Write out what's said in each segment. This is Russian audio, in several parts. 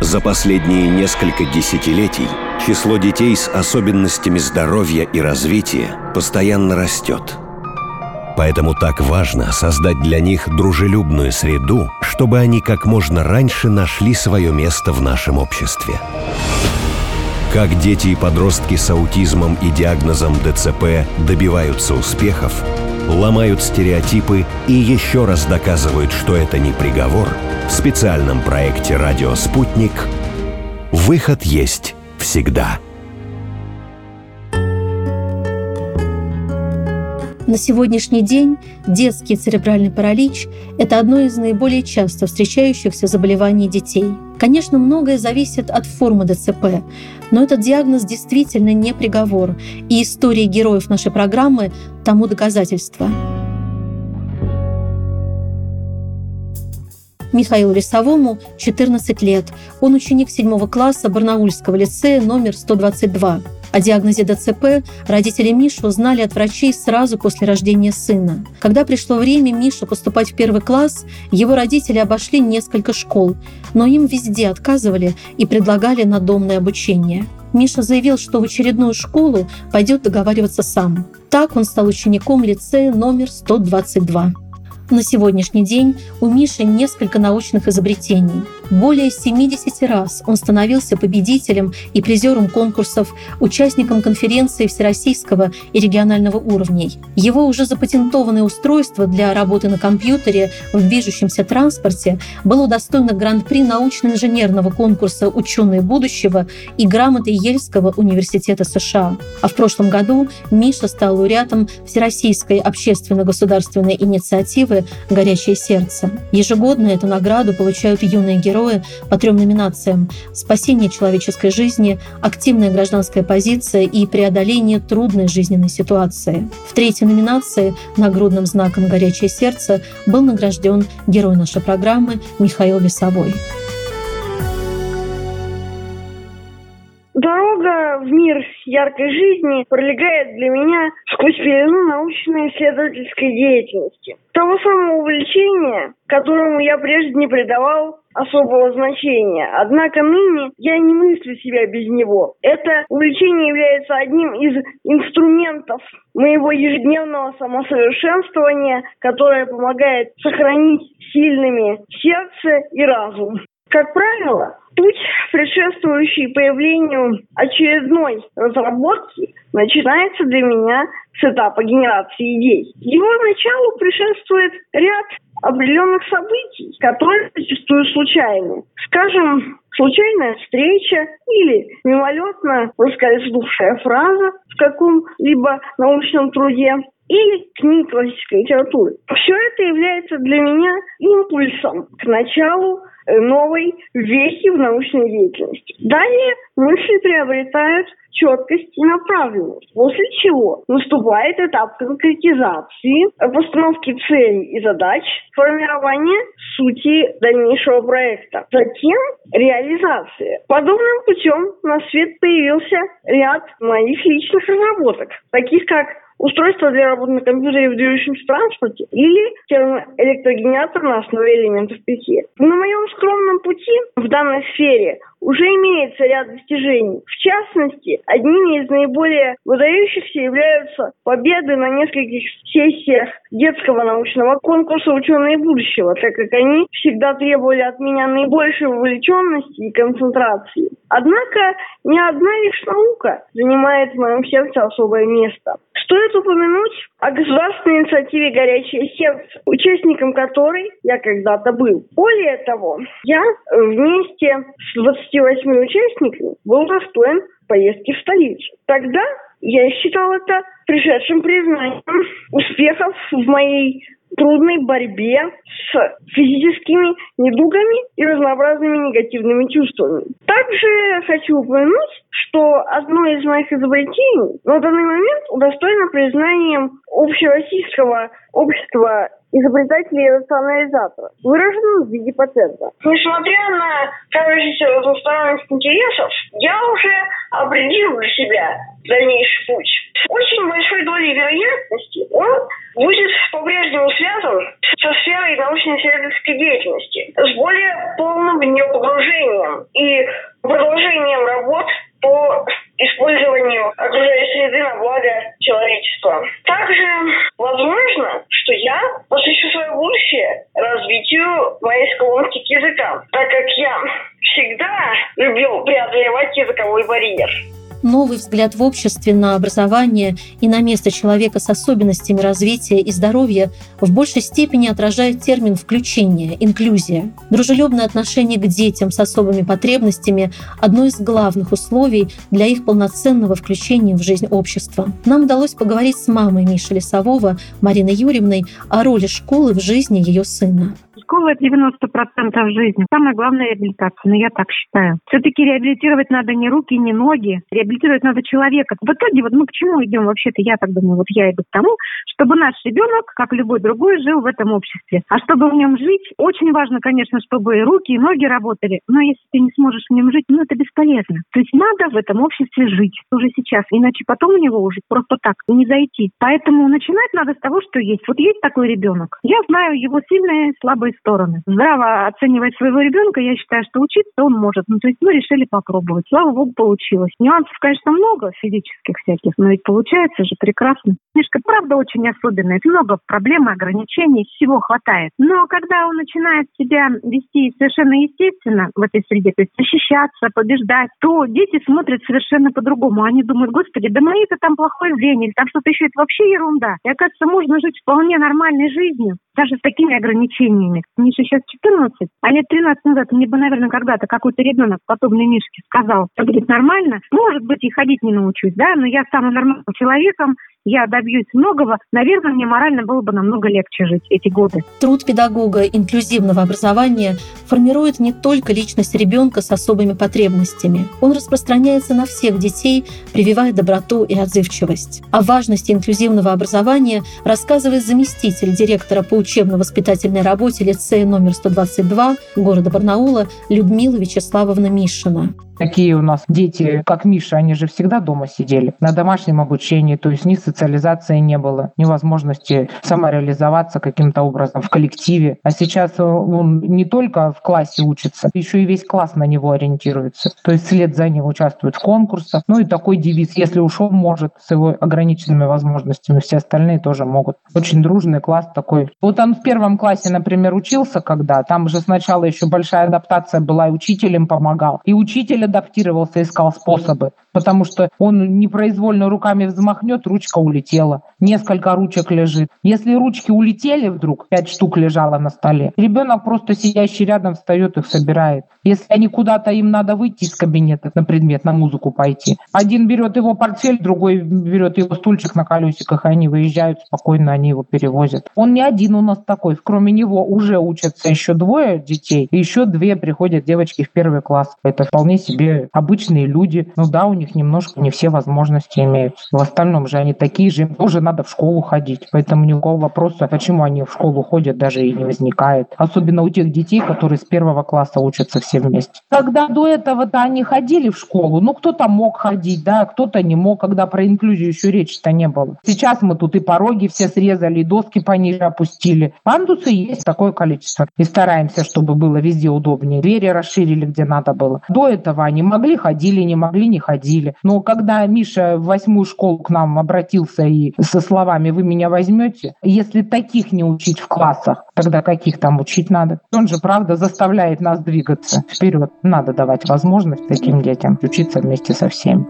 За последние несколько десятилетий число детей с особенностями здоровья и развития постоянно растет. Поэтому так важно создать для них дружелюбную среду, чтобы они как можно раньше нашли свое место в нашем обществе. Как дети и подростки с аутизмом и диагнозом ДЦП добиваются успехов, ломают стереотипы и еще раз доказывают, что это не приговор, в специальном проекте «Радио Спутник» выход есть всегда. На сегодняшний день детский церебральный паралич – это одно из наиболее часто встречающихся заболеваний детей. Конечно, многое зависит от формы ДЦП, но этот диагноз действительно не приговор, и истории героев нашей программы тому доказательство. Михаилу Лесовому 14 лет. Он ученик 7 класса Барнаульского лицея номер 122. О диагнозе ДЦП родители Миши узнали от врачей сразу после рождения сына. Когда пришло время Мише поступать в 1 класс, его родители обошли несколько школ, но им везде отказывали и предлагали надомное обучение. Миша заявил, что в очередную школу пойдет договариваться сам. Так он стал учеником лицея номер 122. На сегодняшний день у Миши несколько научных изобретений. Более 70 раз он становился победителем и призером конкурсов, участником конференции всероссийского и регионального уровней. Его уже запатентованное устройство для работы на компьютере в движущемся транспорте было удостоено гран-при научно-инженерного конкурса «Ученые будущего» и грамоты Ельского университета США. А в прошлом году Миша стал лауреатом Всероссийской общественно-государственной инициативы «Горячее сердце». Ежегодно эту награду получают юные герои по 3 номинациям: спасение человеческой жизни, активная гражданская позиция и преодоление трудной жизненной ситуации. В 3-й номинации нагрудным знаком «Горячее сердце» был награжден герой нашей программы Михаил Лесовой. Дорога в мир яркой жизни пролегает для меня сквозь пелену научно-исследовательской деятельности. Того самого увлечения, которому я прежде не придавал особого значения. Однако ныне я не мыслю себя без него. Это увлечение является одним из инструментов моего ежедневного самосовершенствования, которое помогает сохранить сильными сердце и разум. Как правило, путь, предшествующий появлению очередной разработки, начинается для меня с этапа генерации идей. Его началу предшествует ряд определенных событий, которые зачастую случайны. Скажем, случайная встреча или мимолетно проскользнувшая фраза в каком-либо научном труде, или книг классической литературы. Все это является для меня импульсом к началу новой вехи в научной деятельности. Далее мысли приобретают четкость и направленность, после чего наступает этап конкретизации, постановки целей и задач, формирования сути дальнейшего проекта. Затем реализация. Подобным путем на свет появился ряд моих личных разработок, таких как устройство для работы на компьютере в движущемся транспорте или термоэлектрогенератор на основе элементов пяти. На моем скромном пути в данной сфере уже имеется ряд достижений. В частности, одними из наиболее выдающихся являются победы на нескольких сессиях детского научного конкурса «Ученые будущего», так как они всегда требовали от меня наибольшей вовлеченности и концентрации. Однако ни одна лишь наука занимает в моем сердце особое место. Стоит упомянуть о государственной инициативе «Горячее сердце», участником которой я когда-то был. Более того, я вместе с 28 участниками был достоин поездки в столицу. Тогда я считал это пришедшим признанием успехов в моей трудной борьбе с физическими недугами и разнообразными негативными чувствами. Также хочу упомянуть, что одно из моих изобретений на данный момент удостоено признанием Общероссийского общества изобретателей и рационализаторов, выраженным в виде патента. Несмотря на кажущуюся разносторонность интересов, я уже определил для себя дальнейший путь. С очень большой долей вероятности он будет по-прежнему связан со сферой научно-исследовательской деятельности, с более полным в нее погружением и продолжением работ по использованию окружающей среды на благо человечества. Также возможно, что я посвящу свое будущее развитию моей склонности к языкам, так как я всегда любил преодолевать языковой барьер. Новый взгляд в обществе на образование и на место человека с особенностями развития и здоровья в большей степени отражает термин «включение», «инклюзия». Дружелюбное отношение к детям с особыми потребностями – одно из главных условий для их полноценного включения в жизнь общества. Нам удалось поговорить с мамой Миши Лесового, Мариной Юрьевной, о роли школы в жизни ее сына. Школа – это 90% жизни. Самая главная реабилитация, но я так считаю. Все-таки реабилитировать надо не руки, не ноги. Реабилитировать надо человека. В итоге мы к чему идем вообще-то? Я так думаю, я иду к тому, чтобы наш ребенок, как любой другой, жил в этом обществе. А чтобы в нем жить, очень важно, конечно, чтобы и руки, и ноги работали. Но если ты не сможешь в нем жить, это бесполезно. То есть надо в этом обществе жить уже сейчас. Иначе потом у него уже просто так не зайти. Поэтому начинать надо с того, что есть. Вот есть такой ребенок. Я знаю его сильные, слабые стороны. Здраво оценивать своего ребенка, я считаю, что учиться он может. Решили попробовать. Слава богу, получилось. Нюансов, конечно, много физических всяких, но ведь получается же прекрасно. Книжка, правда, очень особенная. Много проблем, ограничений, всего хватает. Но когда он начинает себя вести совершенно естественно в этой среде, то есть защищаться, побеждать, то дети смотрят совершенно по-другому. Они думают: господи, да мои-то там плохое зрение, или там что-то еще, это вообще ерунда. И оказывается, можно жить вполне нормальной жизнью, даже с такими ограничениями. Мише сейчас 14, а лет 13 назад мне бы, наверное, когда-то какой-то ребенок, подобный Мишке, сказал, что будет нормально. Может быть, и ходить не научусь, но я стану нормальным человеком, я добьюсь многого, наверное, мне морально было бы намного легче жить эти годы. Труд педагога инклюзивного образования формирует не только личность ребенка с особыми потребностями. Он распространяется на всех детей, прививая доброту и отзывчивость. О важности инклюзивного образования рассказывает заместитель директора по учебно-воспитательной работе лицея номер 122 города Барнаула Людмила Вячеславовна Мишина. Такие у нас дети, как Миша, они же всегда дома сидели на домашнем обучении, то есть ни социализации не было, ни возможности самореализоваться каким-то образом в коллективе. А сейчас он не только в классе учится, еще и весь класс на него ориентируется. То есть вслед за ним участвует в конкурсах. И такой девиз: если ушел, может, с его ограниченными возможностями, все остальные тоже могут. Очень дружный класс такой. Вот он в 1 классе, например, учился там же сначала еще большая адаптация была, и учитель им помогал. И учитель адаптировался, искал способы, потому что он непроизвольно руками взмахнет, ручка улетела. Несколько ручек лежит. Если ручки улетели вдруг, 5 штук лежало на столе, ребенок просто сидящий рядом встает, их собирает. Если они куда-то, им надо выйти из кабинета на предмет, на музыку пойти. Один берет его портфель, другой берет его стульчик на колесиках, и они выезжают спокойно, они его перевозят. Он не один у нас такой. Кроме него уже учатся еще 2 детей, и еще 2 приходят девочки в 1 класс. Это вполне себе обычные люди. У них немножко не все возможности имеются. В остальном же они такие же, им тоже надо в школу ходить. Поэтому никакого вопроса, почему они в школу ходят, даже и не возникает. Особенно у тех детей, которые с 1 класса учатся все вместе. Когда до этого-то они ходили в школу, кто-то мог ходить, кто-то не мог, когда про инклюзию еще речи-то не было. Сейчас мы тут и пороги все срезали, и доски пониже опустили. Пандусы есть такое количество. И стараемся, чтобы было везде удобнее. Двери расширили, где надо было. До этого они могли, ходили, не могли, не ходили. Но когда Миша в 8-ю школу к нам обратился и со словами «вы меня возьмете», если таких не учить в классах, тогда каких там учить надо? Он же, правда, заставляет нас двигаться вперед. Надо давать возможность таким детям учиться вместе со всеми.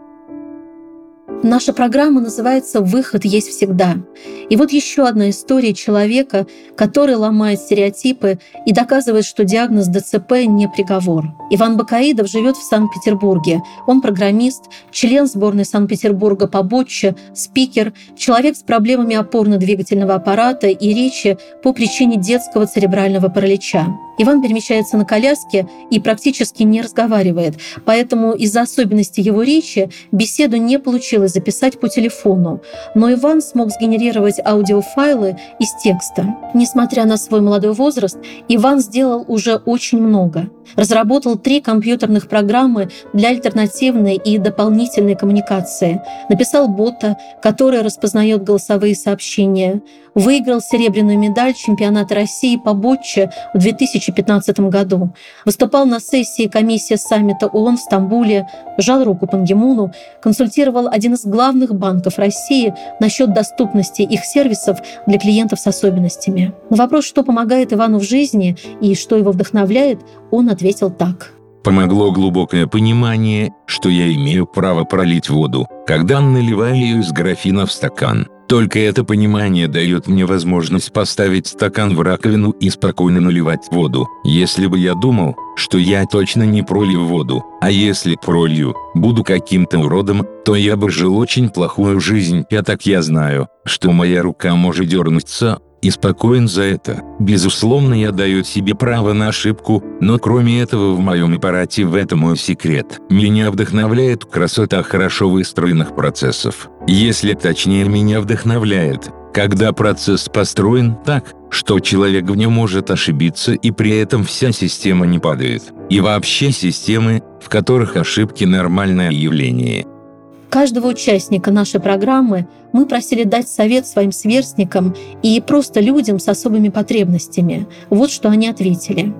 Наша программа называется «Выход есть всегда». И вот еще одна история человека, который ломает стереотипы и доказывает, что диагноз ДЦП не приговор. Иван Бакаидов живет в Санкт-Петербурге. Он программист, член сборной Санкт-Петербурга по ботче, спикер, человек с проблемами опорно-двигательного аппарата и речи по причине детского церебрального паралича. Иван перемещается на коляске и практически не разговаривает, поэтому из-за особенностей его речи беседу не получилось записать по телефону. Но Иван смог сгенерировать аудиофайлы из текста. Несмотря на свой молодой возраст, Иван сделал уже очень много. Разработал 3 компьютерных программы для альтернативной и дополнительной коммуникации. Написал бота, который распознает голосовые сообщения. выиграл серебряную медаль чемпионата России по ботче в 2015 году. Выступал на сессии комиссии саммита ООН в Стамбуле, жал руку Пан Ги Муну, консультировал один из главных банков России насчет доступности их сервисов для клиентов с особенностями. На вопрос, что помогает Ивану в жизни и что его вдохновляет, он ответил так. Помогло глубокое понимание, что я имею право пролить воду, когда наливаю ее из графина в стакан. Только это понимание дает мне возможность поставить стакан в раковину и спокойно наливать воду. Если бы я думал, что я точно не пролью воду, а если пролью, буду каким-то уродом, то я бы жил очень плохую жизнь. Я знаю, что моя рука может дернуться, и спокоен за это. Безусловно, я даю себе право на ошибку, но кроме этого в моем аппарате в этом мой секрет. Меня вдохновляет красота хорошо выстроенных процессов. Если точнее, меня вдохновляет, когда процесс построен так, что человек в нем может ошибиться и при этом вся система не падает. И вообще системы, в которых ошибки – нормальное явление. Каждого участника нашей программы мы просили дать совет своим сверстникам и просто людям с особыми потребностями. Вот что они ответили.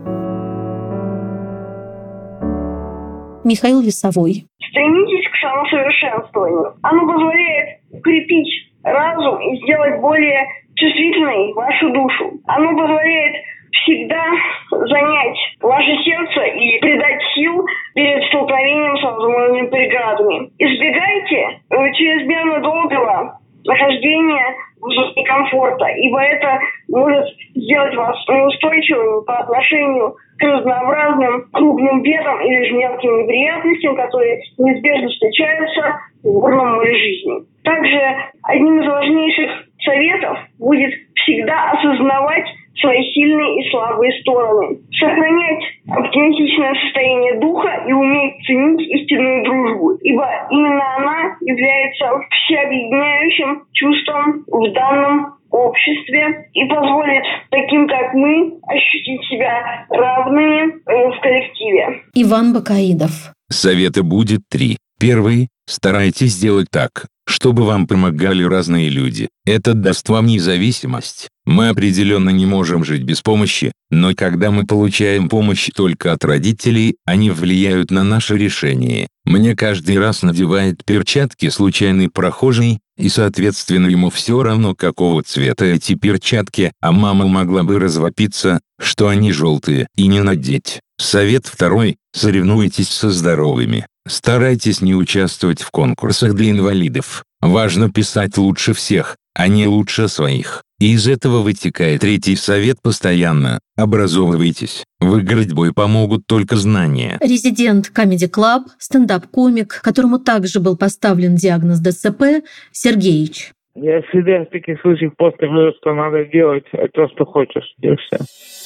Михаил Лесовой. Стремитесь к самосовершенствованию. Оно позволяет укрепить разум и сделать более чувствительной вашу душу. Оно позволяет всегда занять ваше сердце и придать сил перед столкновением с возможными преградами. Избегайте чрезмерно долгого нахождения в зоне комфорта, ибо это может сделать вас неустойчивыми по отношению к разнообразным крупным бедам или же мелким неприятностям, которые неизбежно встречаются в бурном море жизни. Также одним из важнейших советов будет всегда осознавать свои сильные и слабые стороны, сохранять оптимистичное состояние духа и уметь ценить истинную дружбу, ибо именно она является всеобъединяющим чувством в данном обществе и позволит таким, как мы, ощутить себя равными в коллективе. Иван Бакаидов. Совета будет 3. Первый. Старайтесь сделать так, чтобы вам помогали разные люди. Это даст вам независимость. Мы определенно не можем жить без помощи, но когда мы получаем помощь только от родителей, они влияют на наше решение. Мне каждый раз надевает перчатки случайный прохожий, и соответственно ему все равно, какого цвета эти перчатки, а мама могла бы развопиться, что они желтые, и не надеть. Совет 2. Соревнуйтесь со здоровыми. Старайтесь не участвовать в конкурсах для инвалидов. Важно писать лучше всех, а не лучше своих. И из этого вытекает 3 совет: постоянно образовывайтесь. Выиграть бой помогут только знания. Резидент Comedy Club, стендап-комик, которому также был поставлен диагноз ДЦП, Сергеич. Я всегда в таких случаях просто говорю, что надо делать то, что хочешь, и все.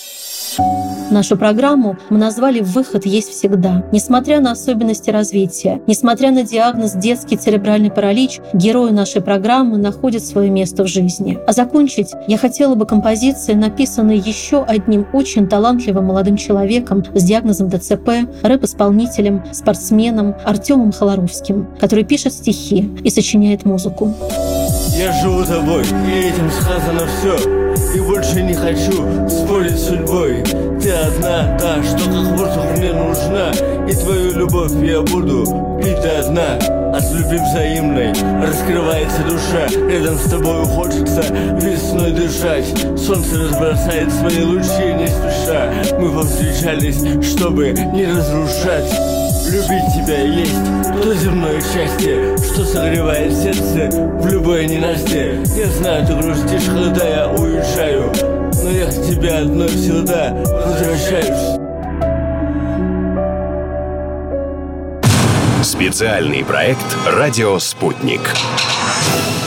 Нашу программу мы назвали «Выход есть всегда». Несмотря на особенности развития, несмотря на диагноз детский церебральный паралич, герои нашей программы находят свое место в жизни. А закончить я хотела бы композицией, написанной еще одним очень талантливым молодым человеком с диагнозом ДЦП, рэп-исполнителем, спортсменом Артемом Холоровским, который пишет стихи и сочиняет музыку. Я живу тобой, и этим сказано все. И больше не хочу спорить с судьбой. Ты одна, та, что как воздух мне нужна. И твою любовь я буду пить до дна. От любви взаимной раскрывается душа. Рядом с тобой хочется весной дышать. Солнце разбросает свои лучи не спеша. Мы повстречались, чтобы не разрушать. Любить тебя есть то земное счастье, что согревает сердце в любое ненастье. Я знаю, ты грустишь, когда я уезжаю, но я к тебе одной всегда возвращаюсь. Специальный проект «Радио Спутник».